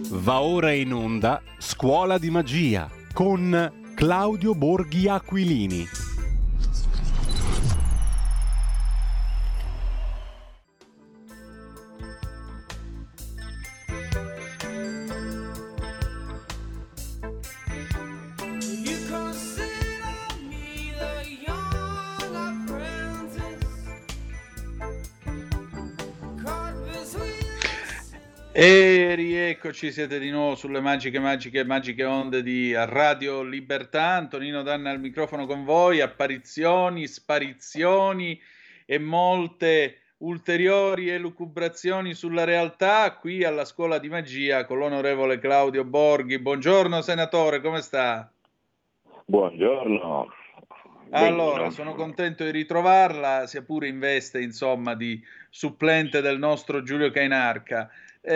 Va ora in onda Scuola di Magia con Claudio Borghi Aquilini. E rieccoci, siete di nuovo sulle magiche onde di Radio Libertà. Antonino Danna al microfono con voi. Apparizioni, sparizioni e molte ulteriori elucubrazioni sulla realtà qui alla Scuola di Magia con l'onorevole Claudio Borghi. Buongiorno senatore, come sta? Buongiorno. Allora, sono contento di ritrovarla, sia pure in veste, insomma, di supplente del nostro Giulio Cainarca.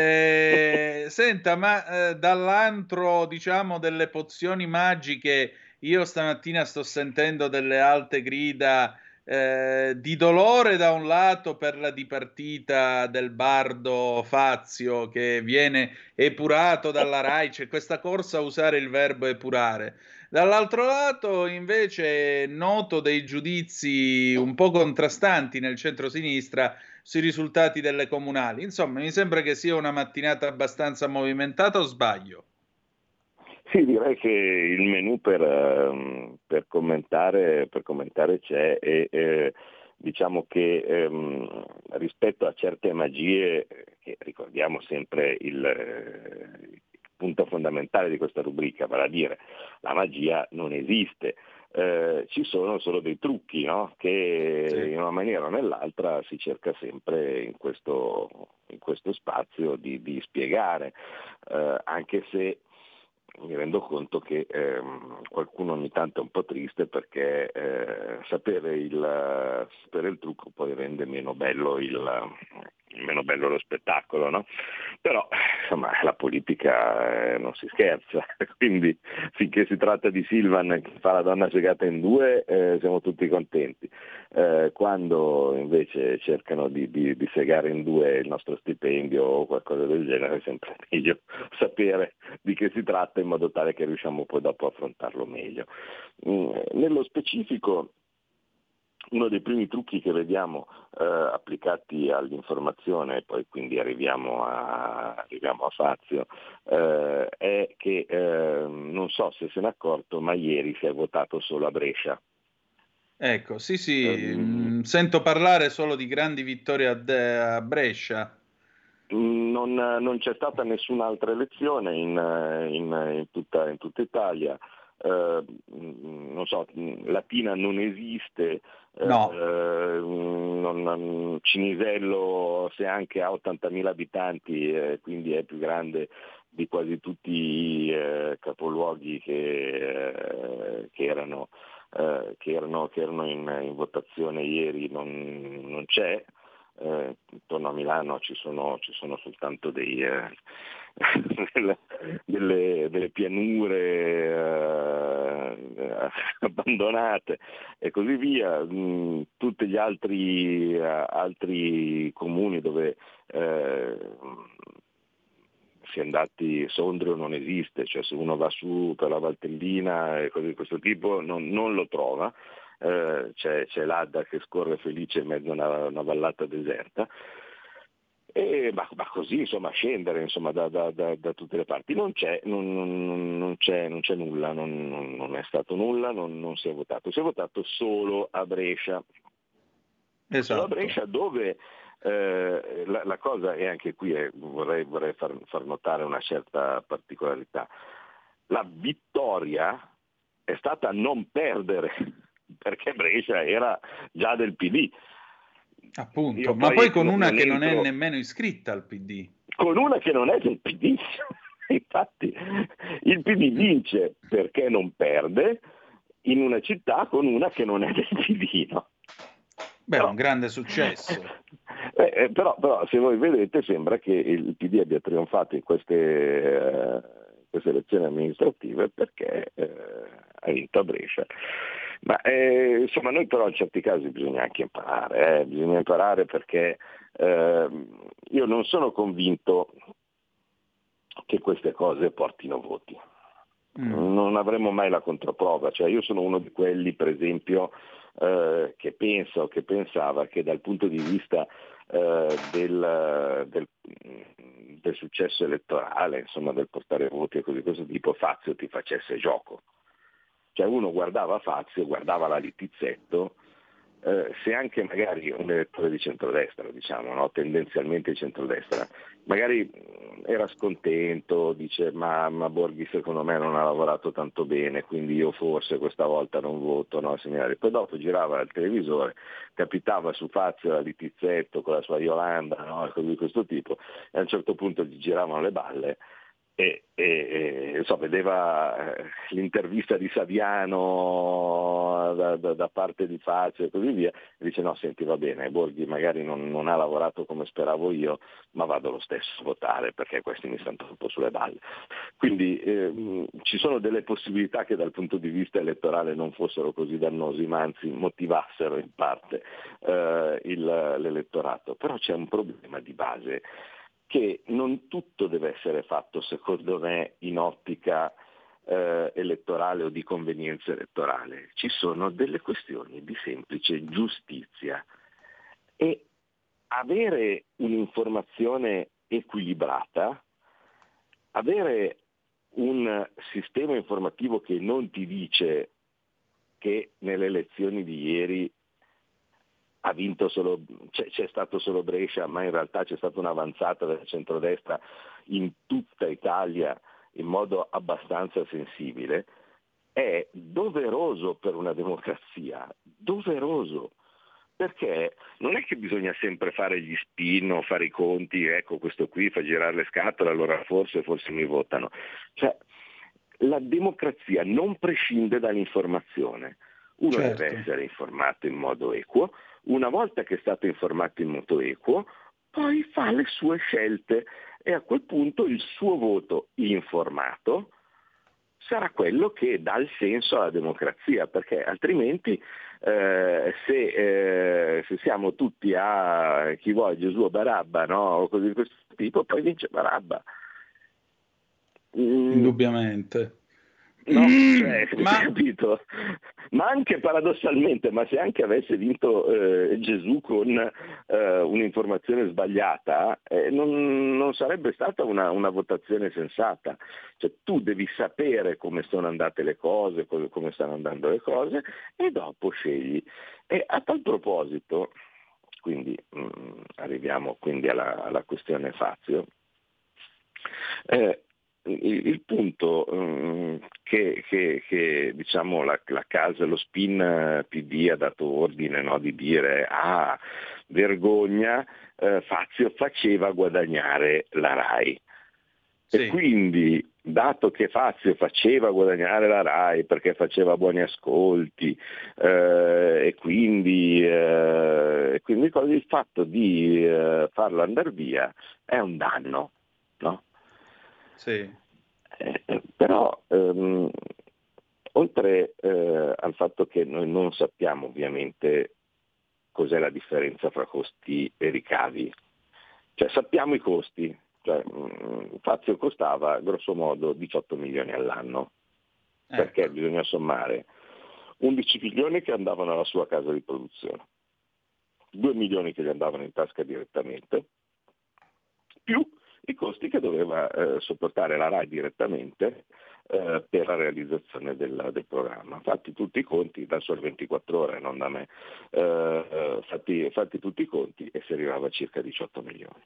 Senta, ma dall'antro, diciamo, delle pozioni magiche, io stamattina sto sentendo delle alte grida di dolore da un lato per la dipartita del bardo Fazio che viene epurato dalla Rai, c'è questa corsa a usare il verbo epurare. Dall'altro lato, invece, noto dei giudizi un po' contrastanti nel centro-sinistra sui risultati delle comunali. Insomma, mi sembra che sia una mattinata abbastanza movimentata, o sbaglio? Sì, direi che il menù per commentare c'è e diciamo che rispetto a certe magie, che ricordiamo sempre il punto fondamentale di questa rubrica, vale a dire la magia non esiste. Ci sono solo dei trucchi, no? Che Sì. in una maniera o nell'altra si cerca sempre in questo spazio di spiegare, anche se mi rendo conto che qualcuno ogni tanto è un po' triste perché sapere il trucco poi rende meno bello lo spettacolo, no? Però insomma la politica non si scherza, quindi finché si tratta di Silvan che fa la donna segata in due siamo tutti contenti. Quando invece cercano di segare in due il nostro stipendio o qualcosa del genere è sempre meglio sapere di che si tratta in modo tale che riusciamo poi dopo a affrontarlo meglio. Nello specifico, uno dei primi trucchi che vediamo applicati all'informazione, e poi quindi arriviamo a Fazio, è che non so se se n'è accorto, ma ieri si è votato solo a Brescia. Ecco, sì, sento parlare solo di grandi vittorie a Brescia. Non c'è stata nessun'altra elezione in tutta Italia. Non so, Latina non esiste, No. Cinisello, se anche ha 80.000 abitanti, quindi è più grande di quasi tutti i capoluoghi che erano in votazione ieri, non c'è. Intorno a Milano ci sono soltanto delle pianure abbandonate e così via. Tutti gli altri comuni dove si è andati, Sondrio non esiste, cioè se uno va su per la Valtellina e cose di questo tipo non lo trova. C'è l'Adda che scorre felice in mezzo a una vallata deserta, ma così insomma scendere insomma da tutte le parti non c'è nulla, non è stato nulla, non si è votato solo a Brescia. Esatto. Solo a Brescia, dove la cosa, e anche qui vorrei far notare una certa particolarità, la vittoria è stata non perdere, perché Brescia era già del PD. Appunto, ma poi con una che non è nemmeno iscritta al PD. Con una che non è del PD. Infatti il PD vince perché non perde in una città con una che non è del PD, no? Beh, un grande successo. Però se voi vedete sembra che il PD abbia trionfato in queste elezioni amministrative perché ha vinto a Brescia. Ma insomma noi però in certi casi bisogna anche imparare perché io non sono convinto che queste cose portino voti. Non avremo mai la controprova, cioè io sono uno di quelli, per esempio, che pensava che dal punto di vista del successo elettorale, insomma del portare voti e così di questo tipo, Fazio ti facesse gioco. Cioè uno guardava Fazio, guardava la Littizzetto, se anche magari un elettore di centrodestra, diciamo, no? Tendenzialmente di centrodestra, magari era scontento, dice ma Borghi secondo me non ha lavorato tanto bene, quindi io forse questa volta non voto, no? Seminari. Poi dopo girava il televisore, capitava su Fazio la Littizzetto con la sua Iolanda, no? E cose di questo tipo, e a un certo punto gli giravano le balle e vedeva l'intervista di Saviano da parte di Fazio e così via, e dice no, senti, va bene, Borghi magari non ha lavorato come speravo io, ma vado lo stesso a votare perché questi mi stanno un po' sulle balle. Quindi ci sono delle possibilità che dal punto di vista elettorale non fossero così dannosi, ma anzi motivassero in parte l'elettorato. Però c'è un problema di base, che non tutto deve essere fatto, secondo me, in ottica elettorale o di convenienza elettorale. Ci sono delle questioni di semplice giustizia e avere un'informazione equilibrata, avere un sistema informativo che non ti dice che nelle elezioni di ieri ha vinto c'è stato solo Brescia, ma in realtà c'è stata un'avanzata del centrodestra in tutta Italia in modo abbastanza sensibile, è doveroso per una democrazia, doveroso, perché non è che bisogna sempre fare gli spin o fare i conti, ecco questo qui fa girare le scatole, allora forse mi votano. Cioè, la democrazia non prescinde dall'informazione, uno deve essere informato in modo equo. Una volta che è stato informato in modo equo, poi fa le sue scelte e a quel punto il suo voto informato sarà quello che dà il senso alla democrazia, perché altrimenti se siamo tutti a chi vuole Gesù o Barabba, no? O così di questo tipo, poi vince Barabba. Indubbiamente. No, cioè, capito? Ma anche paradossalmente, ma se anche avesse vinto Gesù con un'informazione sbagliata, non sarebbe stata una votazione sensata. Cioè, tu devi sapere come sono andate le cose, come stanno andando le cose, e dopo scegli. E a tal proposito, quindi arriviamo quindi alla questione Fazio. Il punto che diciamo la casa, lo spin PD ha dato ordine, no, di dire vergogna, Fazio faceva guadagnare la RAI. Sì. E quindi, dato che Fazio faceva guadagnare la RAI perché faceva buoni ascolti e quindi il fatto di farlo andare via è un danno, no? Sì. Però oltre al fatto che noi non sappiamo ovviamente cos'è la differenza fra costi e ricavi, cioè sappiamo i costi, cioè, Fazio costava grosso modo 18 milioni all'anno, perché bisogna sommare 11 milioni che andavano alla sua casa di produzione, 2 milioni che gli andavano in tasca direttamente, più i costi che doveva sopportare la RAI direttamente per la realizzazione del programma. Fatti tutti i conti, da Sole 24 Ore, non da me, fatti tutti i conti e si arrivava a circa 18 milioni.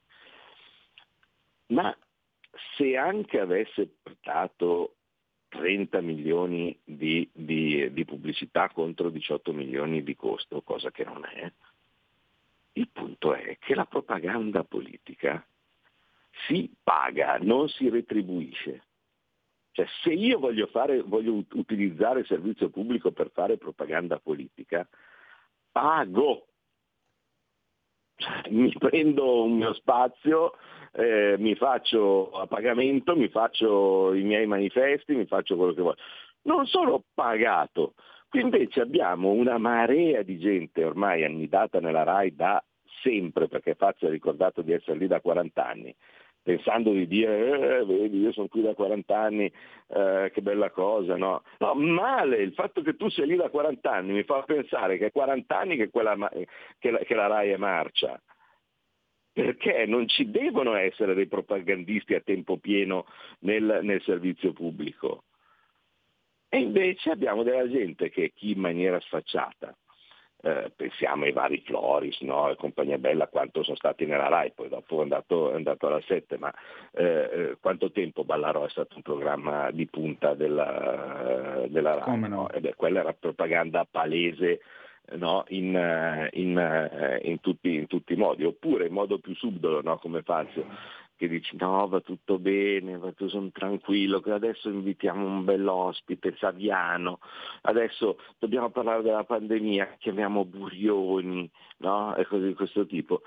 Ma se anche avesse portato 30 milioni di pubblicità contro 18 milioni di costo, cosa che non è, il punto è che la propaganda politica si paga, non si retribuisce. Cioè, se io voglio utilizzare il servizio pubblico per fare propaganda politica, pago. Cioè, mi prendo un mio spazio, mi faccio a pagamento, mi faccio i miei manifesti, mi faccio quello che voglio. Non sono pagato. Qui invece abbiamo una marea di gente ormai annidata nella RAI da sempre, perché Fazio ha ricordato di essere lì da 40 anni, pensando di dire vedi, io sono qui da 40 anni, che bella cosa, no? No, male, il fatto che tu sia lì da 40 anni mi fa pensare che è 40 anni che la Rai è marcia, perché non ci devono essere dei propagandisti a tempo pieno nel servizio pubblico. E invece abbiamo della gente che chi in maniera sfacciata, pensiamo ai vari Floris, no? E compagnia bella, quanto sono stati nella Rai, poi dopo è andato alla 7, ma quanto tempo Ballarò è stato un programma di punta della Rai, Come no? no? Ed quella era propaganda palese, no? in tutti i modi, oppure in modo più subdolo, no? Come Fazio, che dici no, va tutto bene, sono tranquillo, che adesso invitiamo un bell'ospite, Saviano, adesso dobbiamo parlare della pandemia, chiamiamo Burioni, no? E cose di questo tipo.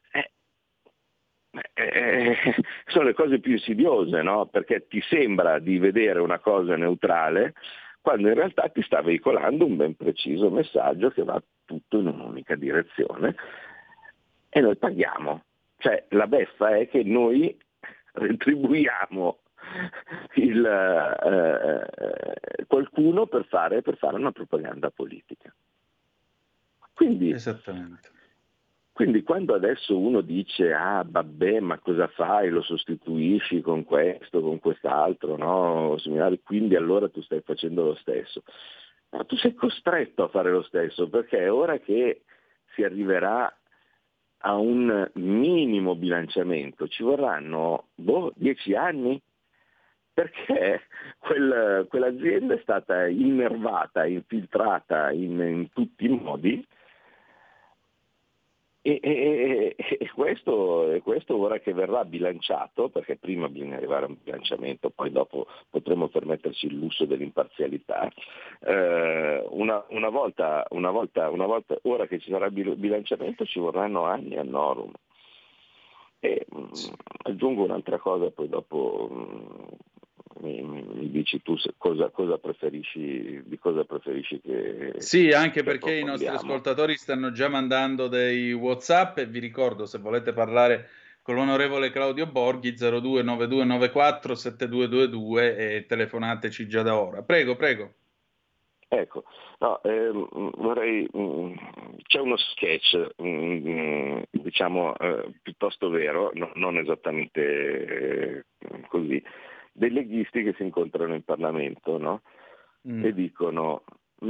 Sono le cose più insidiose, no? Perché ti sembra di vedere una cosa neutrale, quando in realtà ti sta veicolando un ben preciso messaggio che va tutto in un'unica direzione e noi paghiamo. Cioè la beffa è che noi retribuiamo qualcuno per fare una propaganda politica. Esattamente. Quindi quando adesso uno dice vabbè, ma cosa fai? Lo sostituisci con questo, con quest'altro, no? Similari, quindi allora tu stai facendo lo stesso. Ma tu sei costretto a fare lo stesso, perché è ora che si arriverà a un minimo bilanciamento, ci vorranno 10 anni, perché quell'azienda è stata innervata, infiltrata in tutti i modi, e questo ora che verrà bilanciato, perché prima bisogna arrivare a un bilanciamento, poi dopo potremo permetterci il lusso dell'imparzialità, una volta, ora che ci sarà il bilanciamento ci vorranno anni a norum. E aggiungo un'altra cosa, poi dopo mi dici tu cosa preferisci, di cosa preferisci che... Sì, anche che perché i nostri approfondiamo. ascoltatori stanno già mandando dei WhatsApp e vi ricordo, se volete parlare con l'onorevole Claudio Borghi, 029294 7222 e telefonateci già da ora. Prego, prego. Ecco, no, vorrei, c'è uno sketch, diciamo, piuttosto vero, non esattamente così, dei leghisti che si incontrano in Parlamento, no? E dicono,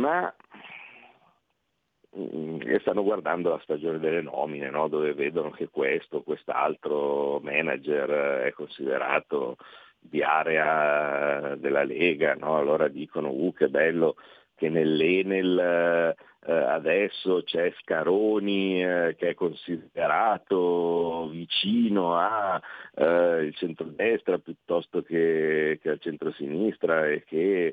e stanno guardando la stagione delle nomine, no? Dove vedono che quest'altro manager è considerato di area della Lega, no? Allora dicono, che bello che nell'Enel adesso c'è Scaroni che è considerato vicino a il centrodestra piuttosto che al centrosinistra, e che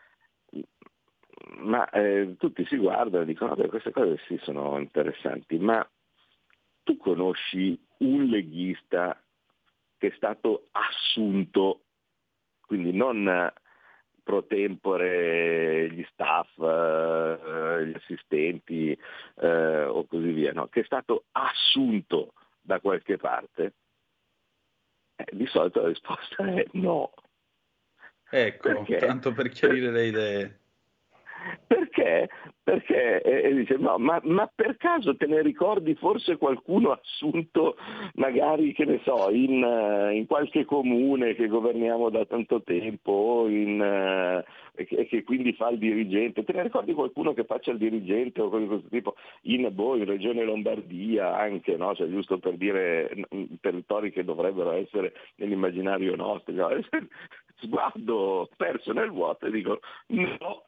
tutti si guardano e dicono vabbè, queste cose sì sono interessanti, ma tu conosci un leghista che è stato assunto, quindi non pro tempore gli staff, gli assistenti o così via, no? Che è stato assunto da qualche parte? Di solito la risposta è no. Ecco, Perché? tanto per chiarire le idee. Perché? Perché dice, no, ma per caso te ne ricordi forse qualcuno assunto magari, che ne so, in qualche comune che governiamo da tanto tempo, che quindi fa il dirigente? Te ne ricordi qualcuno che faccia il dirigente o cose di questo tipo in Regione Lombardia anche, no? Cioè, giusto per dire territori che dovrebbero essere nell'immaginario nostro, no? Sguardo perso nel vuoto e dico no.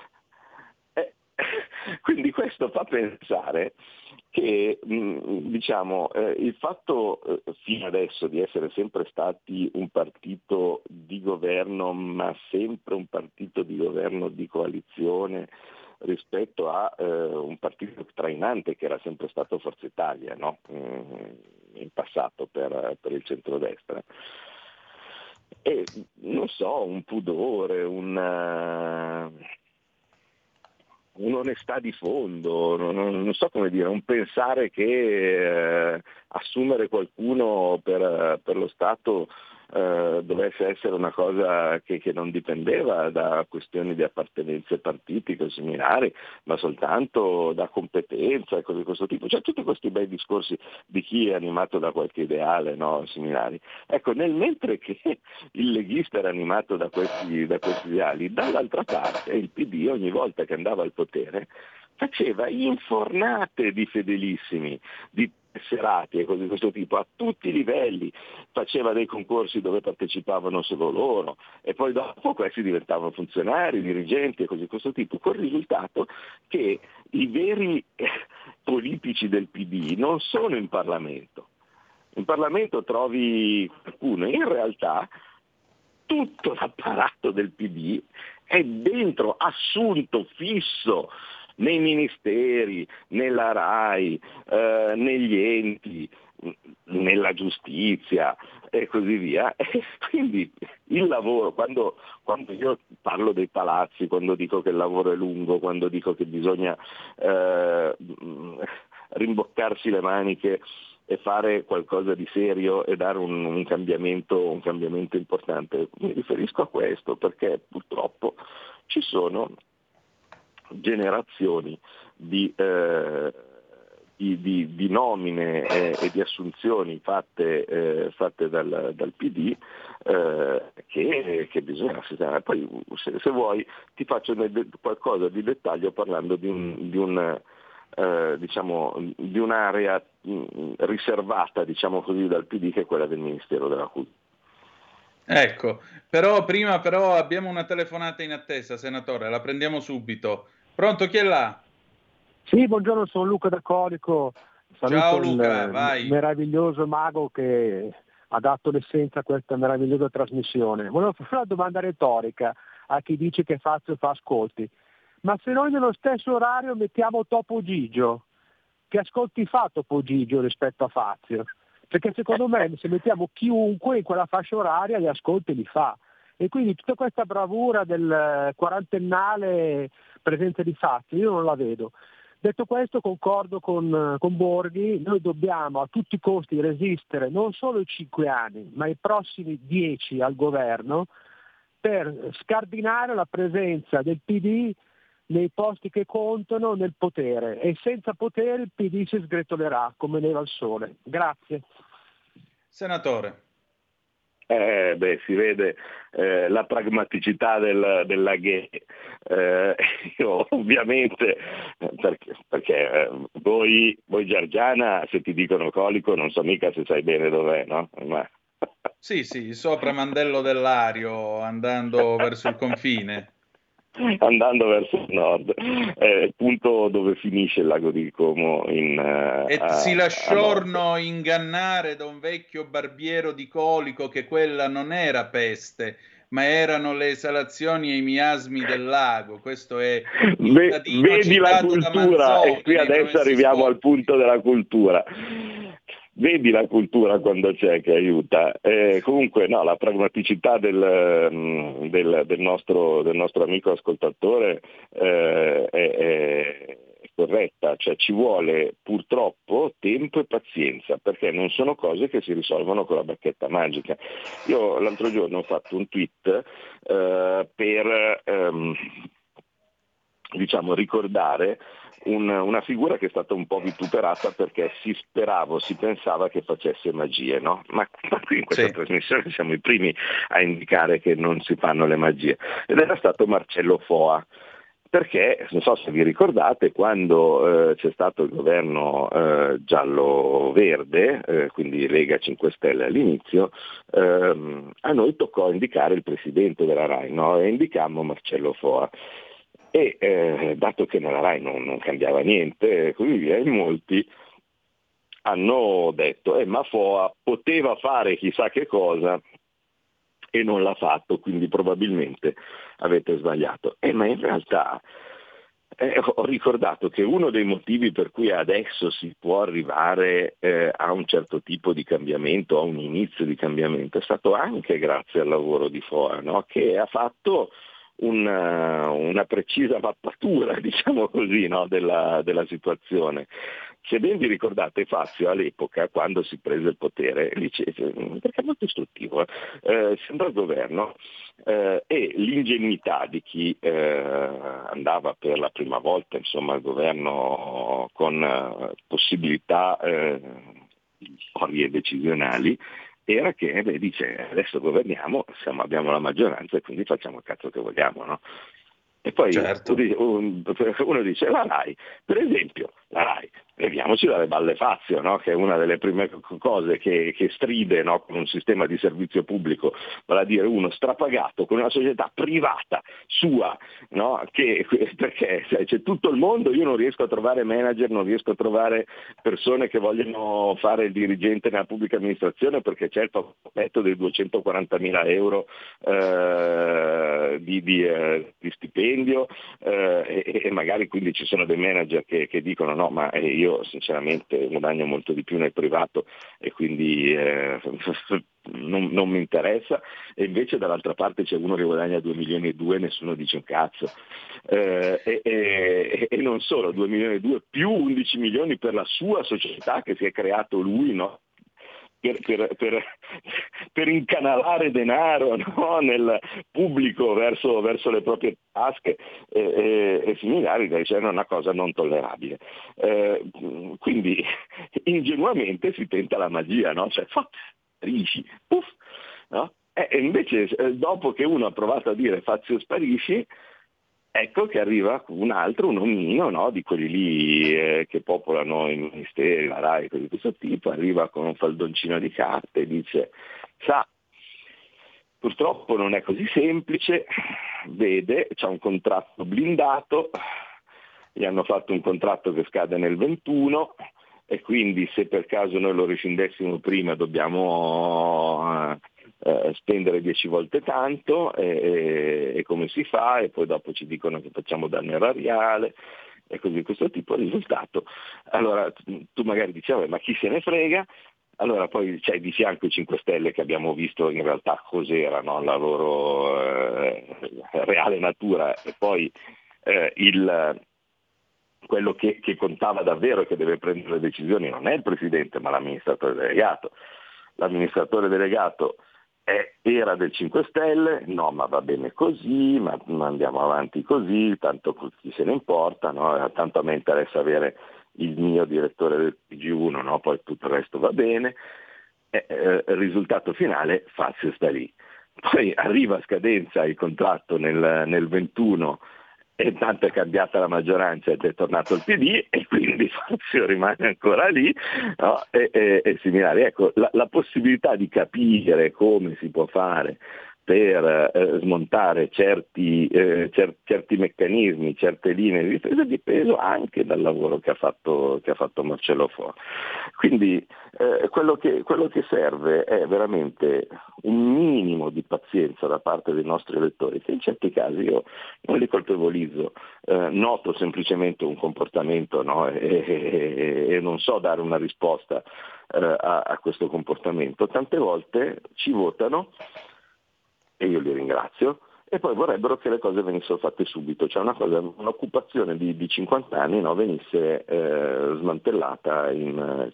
Quindi questo fa pensare che diciamo, il fatto fino adesso di essere sempre stati un partito di governo, ma sempre un partito di governo di coalizione rispetto a un partito trainante che era sempre stato Forza Italia, no? In passato per il centrodestra. E non so, un pudore, un'onestà di fondo, non so come dire, un pensare che assumere qualcuno per lo Stato dovesse essere una cosa che non dipendeva da questioni di appartenenze partitiche o similari, ma soltanto da competenza e cose di questo tipo. Cioè tutti questi bei discorsi di chi è animato da qualche ideale, no? Similari. Ecco, mentre che il leghista era animato da questi ideali, dall'altra parte il PD ogni volta che andava al potere faceva infornate di fedelissimi, di serati e cose di questo tipo a tutti i livelli, faceva dei concorsi dove partecipavano solo loro e poi dopo questi diventavano funzionari, dirigenti e cose di questo tipo, con il risultato che i veri politici del PD non sono in Parlamento. In Parlamento trovi qualcuno, in realtà tutto l'apparato del PD è dentro, assunto, fisso, nei ministeri, nella RAI, negli enti, nella giustizia e così via. E quindi il lavoro, quando io parlo dei palazzi, quando dico che il lavoro è lungo, quando dico che bisogna rimboccarsi le maniche e fare qualcosa di serio e dare un cambiamento importante, mi riferisco a questo perché purtroppo ci sono generazioni di nomine e di assunzioni fatte dal PD che bisogna sistemare. Poi se vuoi ti faccio qualcosa di dettaglio parlando di un'area riservata, diciamo così, dal PD, che è quella del Ministero della Cultura. Ecco, prima abbiamo una telefonata in attesa, senatore, la prendiamo subito. Pronto, chi è là? Sì, buongiorno, sono Luca da Colico. Saluto Ciao Luca, il vai. meraviglioso mago che ha dato l'essenza a questa meravigliosa trasmissione. Volevo fare una domanda retorica a chi dice che Fazio fa ascolti. Ma se noi nello stesso orario mettiamo Topo Gigio, che ascolti fa Topo Gigio rispetto a Fazio? Perché secondo me se mettiamo chiunque in quella fascia oraria gli ascolti li fa. E quindi tutta questa bravura del quarantennale presenza di Fazio io non la vedo. Detto questo concordo con Borghi, noi dobbiamo a tutti i costi resistere non solo i 5 anni ma i prossimi 10 al governo per scardinare la presenza del PD nei posti che contano nel potere, e senza potere il PD si sgretolerà come neva al sole. Grazie. Senatore. Si vede la pragmaticità della GHE. Io ovviamente, perché voi Giargiana, se ti dicono Colico non so mica se sai bene dov'è, no? Ma... Sì, sopra Mandello dell'Ario, andando verso il confine. Andando verso il nord, il punto dove finisce il lago di Como. E si lasciorno ingannare da un vecchio barbiero di Colico che quella non era peste, ma erano le esalazioni e i miasmi del lago. Questo è il vedi la cultura, e qui adesso arriviamo al punto della cultura. Vedi la cultura quando c'è che aiuta. Comunque no, la pragmaticità del nostro amico ascoltatore è corretta, cioè ci vuole purtroppo tempo e pazienza, perché non sono cose che si risolvono con la bacchetta magica. Io l'altro giorno ho fatto un tweet per ricordare una figura che è stata un po' vituperata perché si pensava che facesse magie, no? Ma qui in questa trasmissione siamo i primi a indicare che non si fanno le magie, ed era stato Marcello Foa. Perché, non so se vi ricordate, quando c'è stato il governo giallo-verde, quindi Lega 5 Stelle all'inizio, a noi toccò indicare il presidente della RAI, no? E indicammo Marcello Foa. E dato che nella RAI non cambiava niente, così via, in molti hanno detto ma Foa poteva fare chissà che cosa e non l'ha fatto, quindi probabilmente avete sbagliato. Ma in realtà ho ricordato che uno dei motivi per cui adesso si può arrivare a un certo tipo di cambiamento, a un inizio di cambiamento, è stato anche grazie al lavoro di Foa, no? Che ha fatto una precisa mappatura, diciamo così, no, della situazione. Se ben vi ricordate, Fazio all'epoca, quando si prese il potere, perché è molto istruttivo, si andò al governo e l'ingenuità di chi andava per la prima volta, insomma, al governo con possibilità storie decisionali, era che dice adesso governiamo, abbiamo la maggioranza e quindi facciamo il cazzo che vogliamo, no? E poi certo. uno dice la RAI, per esempio, la RAI, leviamoci dalle balle Fazio, no? Che è una delle prime cose che stride, no? Con un sistema di servizio pubblico, vale a dire uno strapagato con una società privata sua, no? Perché c'è tutto il mondo, io non riesco a trovare manager, non riesco a trovare persone che vogliono fare il dirigente nella pubblica amministrazione perché c'è il pacchetto dei 240.000 euro di stipendio e magari quindi ci sono dei manager che dicono no, ma io sinceramente guadagno molto di più nel privato e quindi non mi interessa, e invece dall'altra parte c'è uno che guadagna 2 milioni e 2 e nessuno dice un cazzo, e non solo 2 milioni e 2 più 11 milioni per la sua società che si è creato lui, no? Per incanalare denaro, no? Nel pubblico verso le proprie tasche e similari, cioè è una cosa non tollerabile. Quindi ingenuamente si tenta la magia, no? Cioè sparisci, puff, no? E invece dopo che uno ha provato a dire Fazio sparisci, ecco che arriva un altro, un omino, no? Di quelli lì che popolano i ministeri, la RAI, cose di questo tipo, arriva con un faldoncino di carte e dice sa, purtroppo non è così semplice, vede, c'è un contratto blindato, gli hanno fatto un contratto che scade nel 21 e quindi se per caso noi lo rescindessimo prima dobbiamo spendere 10 volte tanto e come si fa, e poi dopo ci dicono che facciamo danno erariale e così questo tipo di risultato. Allora tu magari dicevi ma chi se ne frega, allora poi c'è di fianco i 5 Stelle che abbiamo visto in realtà cos'era, no? La loro reale natura, e poi quello che contava davvero e che deve prendere le decisioni non è il presidente ma l'amministratore delegato. L'amministratore delegato era del 5 Stelle, no ma va bene così, ma andiamo avanti così, tanto chi se ne importa, no? Tanto a me interessa avere il mio direttore del TG1, no? Poi tutto il resto va bene, il risultato finale Fazio sta lì. Poi arriva a scadenza il contratto nel 21 e tanto è cambiata la maggioranza ed è tornato il PD e quindi Fazio rimane ancora lì, no? E similari. Ecco, la possibilità di capire come si può fare per smontare certi meccanismi, certe linee di difesa è dipeso anche dal lavoro che ha fatto Marcello Fo. Quindi quello che serve è veramente un minimo di pazienza da parte dei nostri elettori, che in certi casi io non li colpevolizzo, noto semplicemente un comportamento, no? e non so dare una risposta a questo comportamento. Tante volte ci votano e io li ringrazio e poi vorrebbero che le cose venissero fatte subito, cioè un'occupazione di 50 anni, no, venisse smantellata in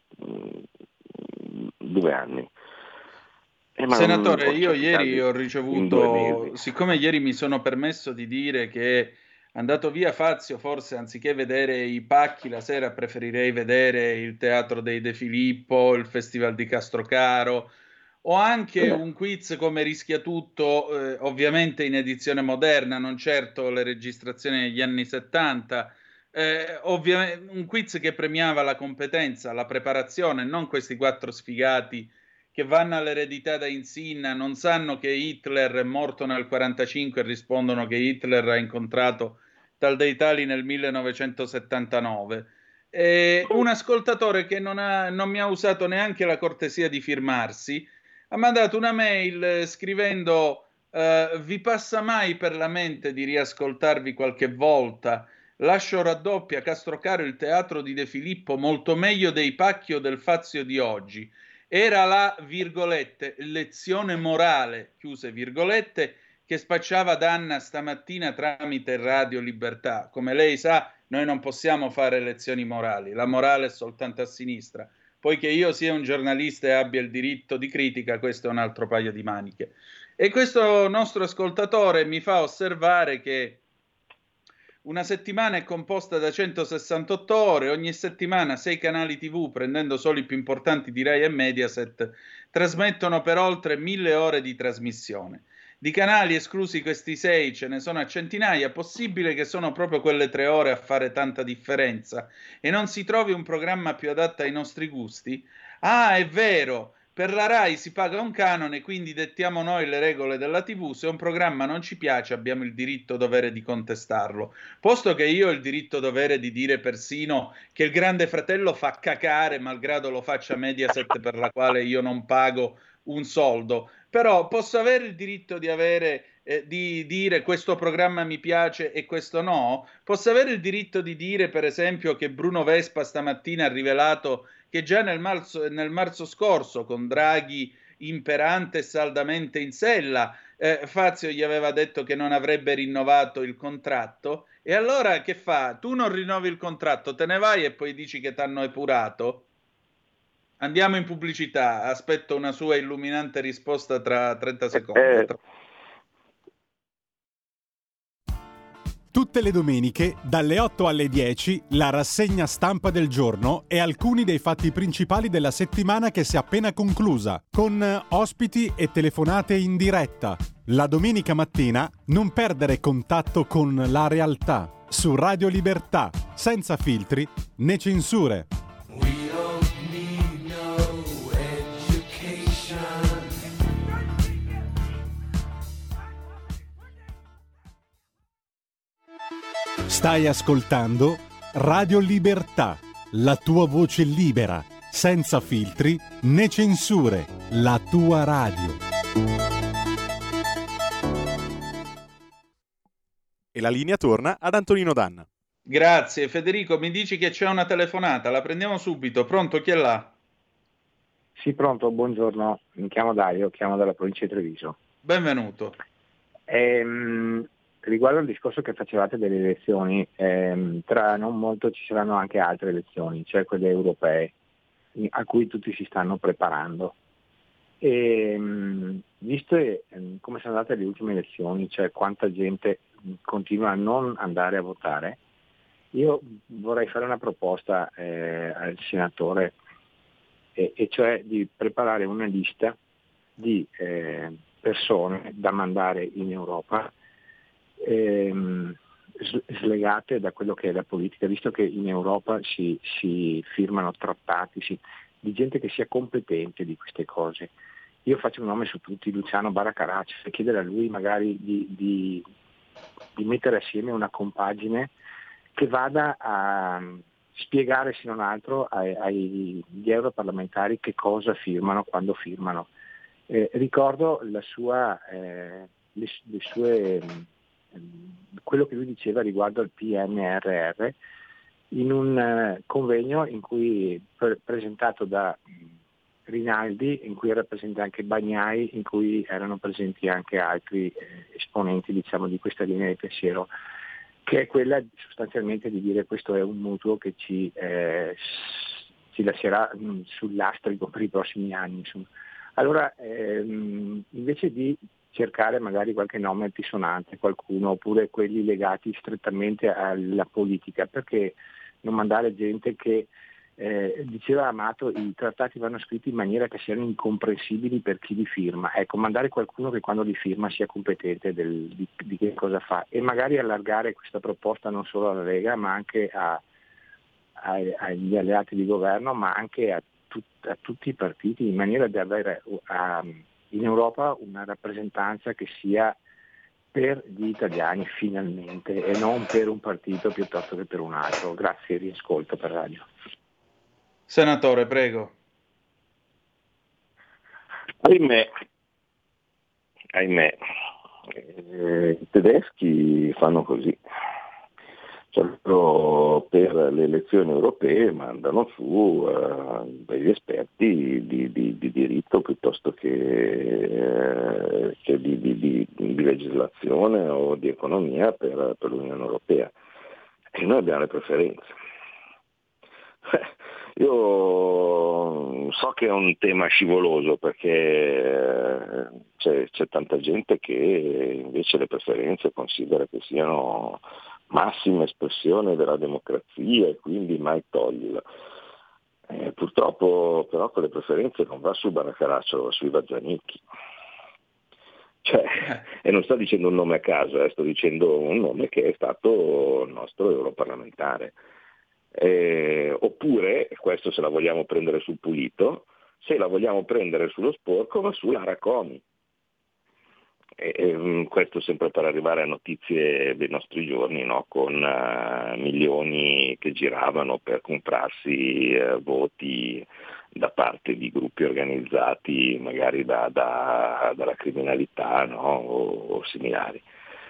2 anni. Senatore, io ieri ho in 2 ricevuto, mesi. siccome ieri mi sono permesso di dire che è andato via Fazio, forse anziché vedere i pacchi la sera preferirei vedere il Teatro dei De Filippo, il Festival di Castrocaro, o anche un quiz come Rischia Tutto, ovviamente in edizione moderna, non certo le registrazioni degli anni 70, ovviamente un quiz che premiava la competenza, la preparazione, non questi 4 sfigati che vanno all'eredità da Insinna, non sanno che Hitler è morto nel 45 e rispondono che Hitler ha incontrato tal dei tali nel 1979. Un ascoltatore che non mi ha usato neanche la cortesia di firmarsi ha mandato una mail scrivendo vi passa mai per la mente di riascoltarvi qualche volta? Lascio raddoppia Castrocaro il teatro di De Filippo molto meglio dei Pacchi o del Fazio di oggi. Era la, virgolette, lezione morale, chiuse virgolette, che spacciava D'Anna stamattina tramite Radio Libertà. Come lei sa, noi non possiamo fare lezioni morali, la morale è soltanto a sinistra. Poiché io sia un giornalista e abbia il diritto di critica, questo è un altro paio di maniche. E questo nostro ascoltatore mi fa osservare che una settimana è composta da 168 ore, ogni settimana 6 canali TV, prendendo solo i più importanti di Rai e Mediaset, trasmettono per oltre 1000 ore di trasmissione. Di canali esclusi questi 6, ce ne sono a centinaia, possibile che sono proprio quelle 3 ore a fare tanta differenza e non si trovi un programma più adatto ai nostri gusti? Ah, è vero! Per la Rai si paga un canone, quindi dettiamo noi le regole della TV. Se un programma non ci piace, abbiamo il diritto-dovere di contestarlo. Posto che io ho il diritto-dovere di dire persino che il Grande Fratello fa cacare, malgrado lo faccia Mediaset, per la quale io non pago un soldo, però posso avere il diritto di dire questo programma mi piace e questo no? Posso avere il diritto di dire, per esempio, che Bruno Vespa stamattina ha rivelato che già nel marzo scorso, con Draghi imperante e saldamente in sella, Fazio gli aveva detto che non avrebbe rinnovato il contratto. E allora che fa? Tu non rinnovi il contratto, te ne vai e poi dici che ti hanno epurato? Andiamo in pubblicità, aspetto una sua illuminante risposta tra 30 secondi. Tutte le domeniche, dalle 8 alle 10, la rassegna stampa del giorno e alcuni dei fatti principali della settimana che si è appena conclusa, con ospiti e telefonate in diretta. La domenica mattina non perdere contatto con la realtà, su Radio Libertà, senza filtri né censure. Stai ascoltando Radio Libertà, la tua voce libera, senza filtri né censure, la tua radio. E la linea torna ad Antonino Danna. Grazie. Federico, mi dici che c'è una telefonata, la prendiamo subito. Pronto, chi è là? Sì, pronto, buongiorno, mi chiamo Dario, chiamo dalla provincia di Treviso. Benvenuto. Riguardo al discorso che facevate delle elezioni, tra non molto ci saranno anche altre elezioni, cioè quelle europee, a cui tutti si stanno preparando. E visto come sono andate le ultime elezioni, cioè quanta gente continua a non andare a votare, io vorrei fare una proposta al senatore, e cioè di preparare una lista di persone da mandare in Europa slegate da quello che è la politica, visto che in Europa si firmano trattati di gente che sia competente di queste cose. Io faccio un nome su tutti, Luciano Baraccaracci, e chiedere a lui magari di mettere assieme una compagine che vada a spiegare, se non altro, agli europarlamentari che cosa firmano quando firmano. Ricordo le sue quello che lui diceva riguardo al PNRR in un convegno in cui presentato da Rinaldi, in cui era presente anche Bagnai, in cui erano presenti anche altri esponenti, diciamo, di questa linea di pensiero, che è quella sostanzialmente di dire questo è un mutuo che ci lascerà sul lastrico per i prossimi anni, insomma. Allora, invece di cercare magari qualche nome altisonante, qualcuno, oppure quelli legati strettamente alla politica, perché non mandare gente che, diceva Amato, i trattati vanno scritti in maniera che siano incomprensibili per chi li firma. Ecco, mandare qualcuno che quando li firma sia competente di che cosa fa, e magari allargare questa proposta non solo alla Lega, ma anche agli alleati di governo, ma anche a tutti i partiti, in maniera da avere in Europa una rappresentanza che sia per gli italiani finalmente, e non per un partito piuttosto che per un altro. Grazie, riascolto per radio. Senatore, prego. Ahimè, i tedeschi fanno così. per le elezioni europee mandano su degli esperti di diritto piuttosto che di legislazione o di economia per l'Unione Europea. E noi abbiamo le preferenze. Io so che è un tema scivoloso perché c'è tanta gente che invece le preferenze considera che siano massima espressione della democrazia e quindi mai toglierla. Purtroppo però con le preferenze non va su Baracaraccio, va sui Bazzanicchi. E non sto dicendo un nome a caso, sto dicendo un nome che è stato il nostro europarlamentare. Oppure, questo se la vogliamo prendere sul pulito, se la vogliamo prendere sullo sporco va su Lara Comi. Questo sempre per arrivare a notizie dei nostri giorni, no? Con milioni che giravano per comprarsi voti da parte di gruppi organizzati magari dalla criminalità, no? o similari.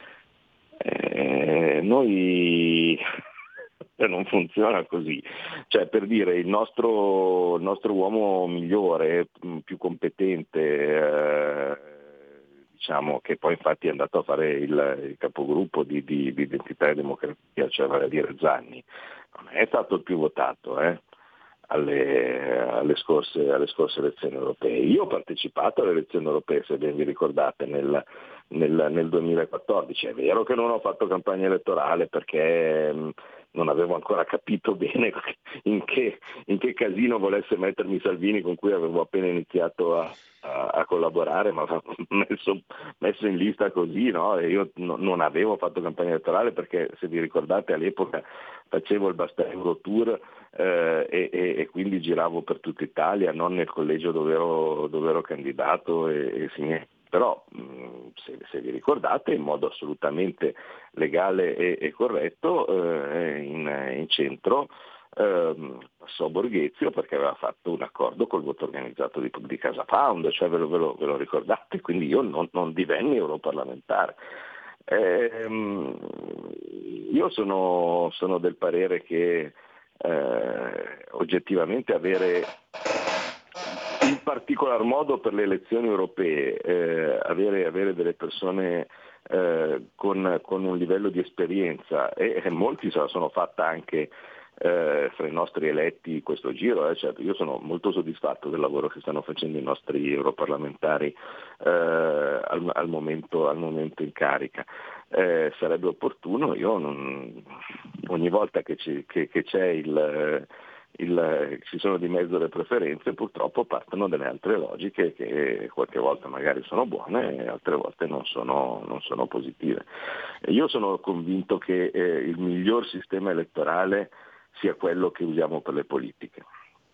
Noi non funziona così, cioè per dire il nostro uomo migliore, più competente, diciamo che poi infatti è andato a fare il capogruppo di Identità e Democrazia, cioè vale a dire Zanni, non è stato il più votato alle scorse elezioni europee. Io ho partecipato alle elezioni europee, se ben vi ricordate, nel 2014. È vero che non ho fatto campagna elettorale perché non avevo ancora capito bene in che casino volesse mettermi Salvini, con cui avevo appena iniziato a collaborare, ma messo in lista così, no? E io non avevo fatto campagna elettorale perché, se vi ricordate, all'epoca facevo il Basta Euro Tour e quindi giravo per tutta Italia, non nel collegio dove ero candidato e però se vi ricordate, in modo assolutamente legale e corretto, in centro passò Borghezio perché aveva fatto un accordo col voto organizzato di Casa Pound, cioè ve lo ricordate? Quindi io non divenni europarlamentare. Io sono del parere che oggettivamente avere, in particolar modo per le elezioni europee, avere delle persone con un livello di esperienza, e molti se la sono fatta anche fra i nostri eletti questo giro, certo, io sono molto soddisfatto del lavoro che stanno facendo i nostri europarlamentari al momento in carica. Sarebbe opportuno, ogni volta che c'è ci sono di mezzo le preferenze, purtroppo partono delle altre logiche che qualche volta magari sono buone e altre volte non sono positive. Io sono convinto che il miglior sistema elettorale sia quello che usiamo per le politiche,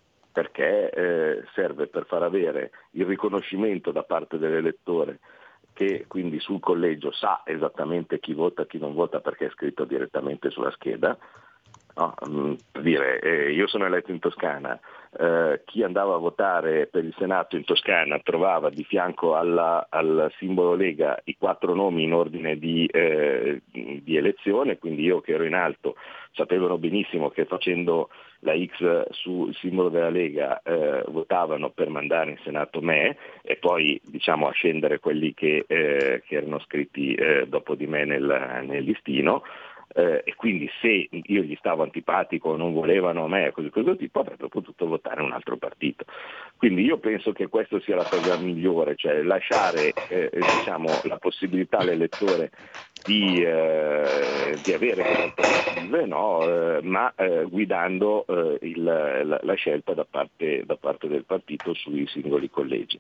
perché serve per far avere il riconoscimento da parte dell'elettore, che quindi sul collegio sa esattamente chi vota e chi non vota perché è scritto direttamente sulla scheda. No, per dire, io sono eletto in Toscana, chi andava a votare per il Senato in Toscana trovava di fianco al simbolo Lega i 4 nomi in ordine di elezione, quindi io che ero in alto sapevano benissimo che facendo la X sul simbolo della Lega votavano per mandare in Senato me, e poi diciamo a scendere quelli che erano scritti dopo di me nel listino. E quindi se io gli stavo antipatico, non volevano me, questo tipo, avrebbero potuto votare un altro partito. Quindi io penso che questa sia la cosa migliore, cioè lasciare la possibilità all'elettore di avere delle alternative, no? Ma guidando la scelta da parte del partito sui singoli collegi.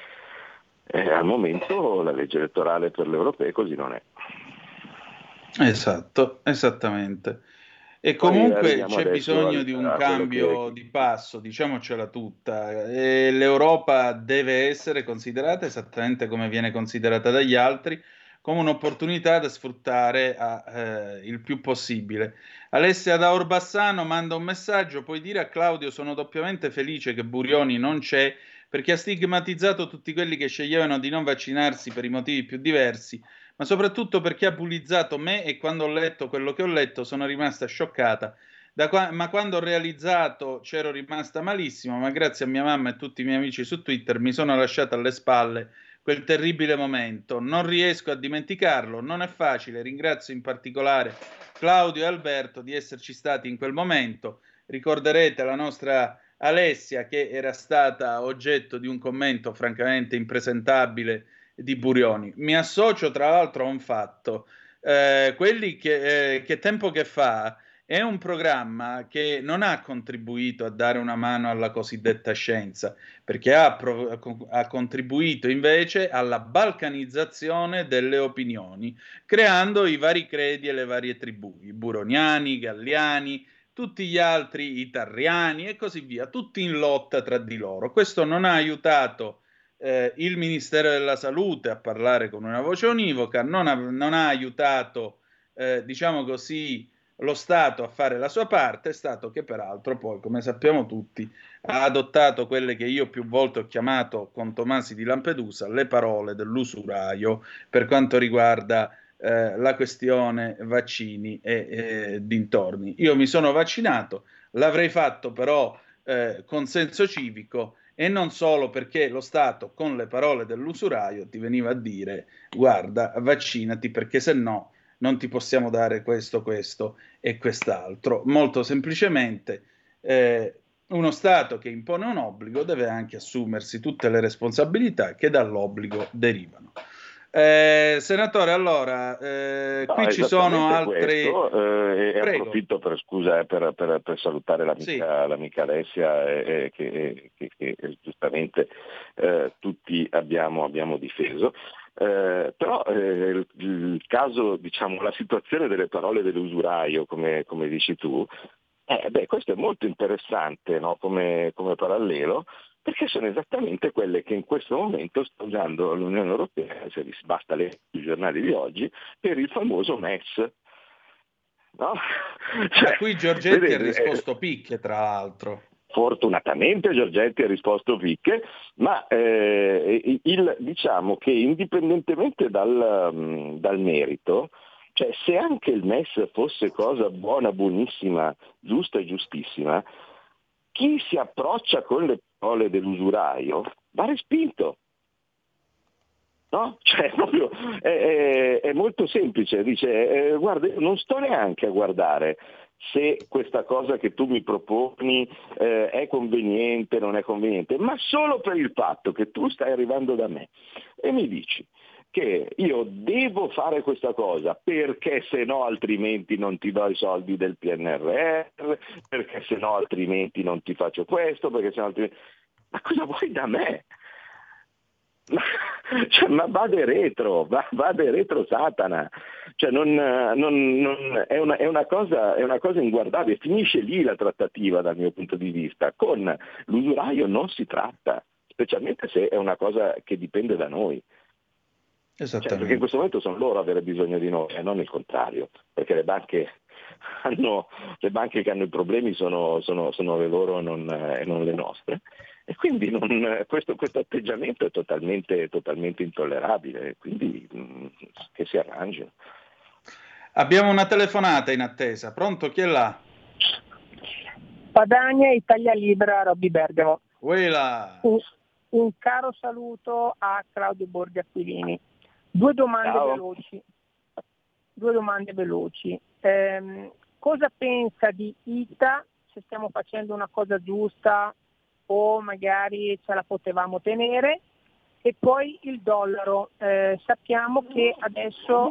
Al momento la legge elettorale per le europee così non è. Esatto, esattamente. E comunque c'è bisogno di un cambio di passo, diciamocela tutta. E l'Europa deve essere considerata esattamente come viene considerata dagli altri, come un'opportunità da sfruttare il più possibile. Alessia da Orbassano manda un messaggio: puoi dire a Claudio sono doppiamente felice che Burioni non c'è perché ha stigmatizzato tutti quelli che sceglievano di non vaccinarsi per i motivi più diversi, ma soprattutto perché ha bullizzato me, e quando ho letto quello che ho letto sono rimasta scioccata. Ma quando ho realizzato c'ero rimasta malissimo, ma grazie a mia mamma e tutti i miei amici su Twitter mi sono lasciata alle spalle quel terribile momento. Non riesco a dimenticarlo, non è facile. Ringrazio in particolare Claudio e Alberto di esserci stati in quel momento. Ricorderete la nostra Alessia, che era stata oggetto di un commento francamente impresentabile di Burioni. Mi associo tra l'altro a un fatto. Che tempo che fa è un programma che non ha contribuito a dare una mano alla cosiddetta scienza, perché ha contribuito invece alla balcanizzazione delle opinioni, creando i vari credi e le varie tribù, i buroniani, i galliani, tutti gli altri, i tarriani e così via, tutti in lotta tra di loro. Questo non ha aiutato il Ministero della Salute a parlare con una voce univoca, non ha aiutato, diciamo così, lo Stato a fare la sua parte, Stato che peraltro poi, come sappiamo tutti, ha adottato quelle che io più volte ho chiamato con Tomasi di Lampedusa le parole dell'usuraio per quanto riguarda la questione vaccini e dintorni. Io mi sono vaccinato, l'avrei fatto però con senso civico, e non solo perché lo Stato con le parole dell'usuraio ti veniva a dire guarda, vaccinati perché se no non ti possiamo dare questo, questo e quest'altro. Molto semplicemente uno Stato che impone un obbligo deve anche assumersi tutte le responsabilità che dall'obbligo derivano. Senatore, allora, qui ci sono altri... e approfitto per salutare l'amica Alessia che giustamente tutti abbiamo difeso. Però il caso, diciamo, la situazione delle parole dell'usuraio, come dici tu, questo è molto interessante, no? come parallelo, perché sono esattamente quelle che in questo momento sta usando l'Unione Europea, se basta leggere i giornali di oggi, per il famoso MES. No? A cui Giorgetti ha risposto picche, tra l'altro. Fortunatamente Giorgetti ha risposto picche, ma diciamo che indipendentemente dal merito, cioè se anche il MES fosse cosa buona, buonissima, giusta e giustissima, chi si approccia con le parole dell'usuraio va respinto. No? Cioè, proprio, è molto semplice, dice guarda, io non sto neanche a guardare se questa cosa che tu mi proponi è conveniente, non è conveniente, ma solo per il fatto che tu stai arrivando da me e mi dici che io devo fare questa cosa perché se no altrimenti non ti do i soldi del PNRR, perché se no altrimenti non ti faccio questo, perché se no altrimenti... Ma cosa vuoi da me? Ma vade retro Satana, cioè è una cosa inguardabile, finisce lì la trattativa dal mio punto di vista. Con l'usuraio non si tratta, specialmente se è una cosa che dipende da noi. Cioè, perché in questo momento sono loro a avere bisogno di noi e non il contrario, perché le banche che hanno i problemi sono le loro e non le nostre. E quindi questo atteggiamento è totalmente intollerabile, quindi che si arrangino. Abbiamo una telefonata in attesa. Pronto? Chi è là? Padania, Italia Libera, Robby Bergamo. Un caro saluto a Claudio Borghi Aquilini. Due domande veloci. Cosa pensa di ITA, se stiamo facendo una cosa giusta o magari ce la potevamo tenere? E poi il dollaro, sappiamo che adesso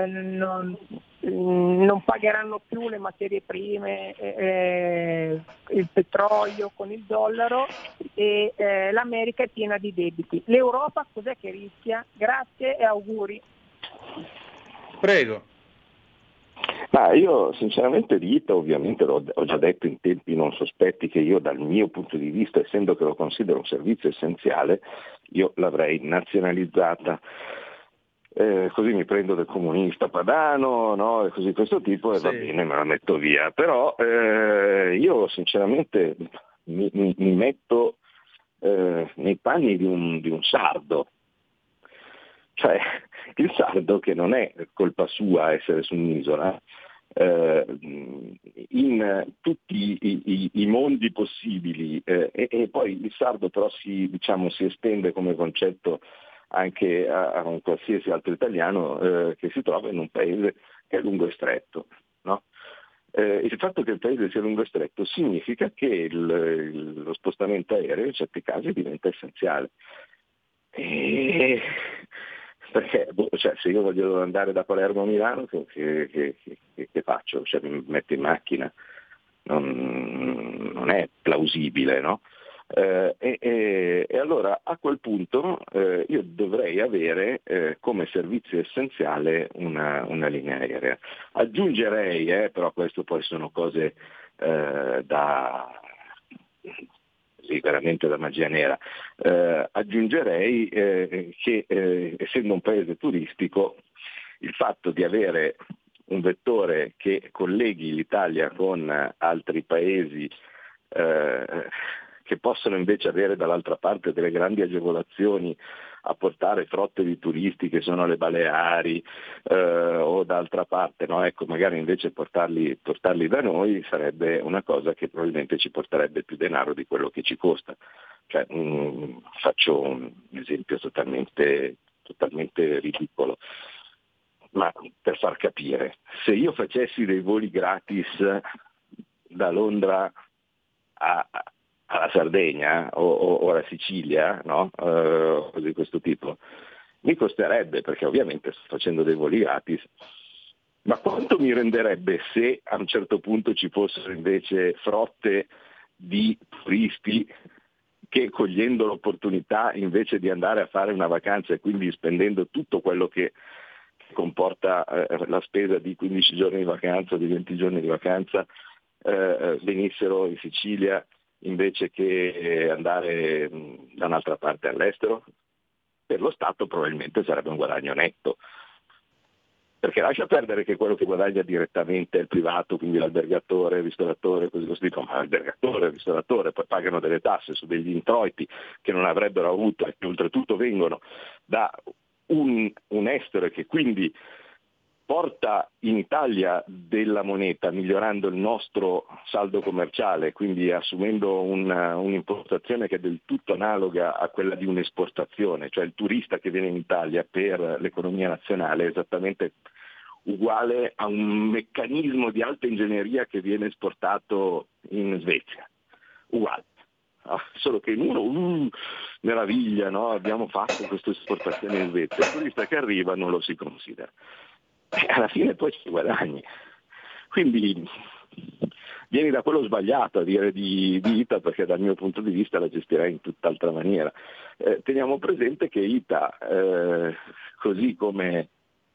non pagheranno più le materie prime, il petrolio con il dollaro e l'America è piena di debiti. L'Europa cos'è che rischia? Grazie e auguri. Prego. Ma io sinceramente di ITA ovviamente ho già detto in tempi non sospetti che io dal mio punto di vista, essendo che lo considero un servizio essenziale, io l'avrei nazionalizzata. Così mi prendo del comunista padano, no? E così questo tipo e sì. Va bene, me la metto via. Però io sinceramente mi metto nei panni di un sardo. Cioè, il sardo, che non è colpa sua essere su un'isola, in tutti i mondi possibili, e poi il sardo però si estende come concetto anche a un qualsiasi altro italiano che si trova in un paese che è lungo e stretto, no? Il fatto che il paese sia lungo e stretto significa che lo spostamento aereo in certi casi diventa essenziale. Perché se io voglio andare da Palermo a Milano, che faccio? Cioè, mi metto in macchina? Non è plausibile, no? E allora a quel punto io dovrei avere come servizio essenziale una linea aerea. Aggiungerei, però questo poi sono cose veramente da magia nera, aggiungerei che essendo un paese turistico, il fatto di avere un vettore che colleghi l'Italia con altri paesi che possono invece avere dall'altra parte delle grandi agevolazioni a portare frotte di turisti che sono le Baleari o d'altra parte, no? Ecco, magari invece portarli da noi sarebbe una cosa che probabilmente ci porterebbe più denaro di quello che ci costa. Cioè, faccio un esempio totalmente ridicolo, ma per far capire, se io facessi dei voli gratis da Londra alla Sardegna o alla Sicilia, no? Cose di questo tipo, mi costerebbe, perché ovviamente sto facendo dei voli gratis, ma quanto mi renderebbe se a un certo punto ci fossero invece frotte di turisti che, cogliendo l'opportunità, invece di andare a fare una vacanza e quindi spendendo tutto quello che comporta la spesa di 15 giorni di vacanza, di 20 giorni di vacanza, venissero in Sicilia invece che andare da un'altra parte all'estero? Per lo Stato probabilmente sarebbe un guadagno netto, perché lascia perdere che quello che guadagna direttamente è il privato, quindi l'albergatore, il ristoratore, così dico, ma l'albergatore, il ristoratore poi pagano delle tasse su degli introiti che non avrebbero avuto e che oltretutto vengono da un estero, che quindi porta in Italia della moneta, migliorando il nostro saldo commerciale, quindi assumendo un'impostazione che è del tutto analoga a quella di un'esportazione, cioè il turista che viene in Italia per l'economia nazionale è esattamente uguale a un meccanismo di alta ingegneria che viene esportato in Svezia, uguale. Solo che in uno, meraviglia, no? Abbiamo fatto questa esportazione in Svezia, il turista che arriva non lo si considera. Alla fine poi ci guadagni. Quindi vieni da quello sbagliato a dire di ITA, perché dal mio punto di vista la gestirei in tutt'altra maniera. Teniamo presente che ITA, così come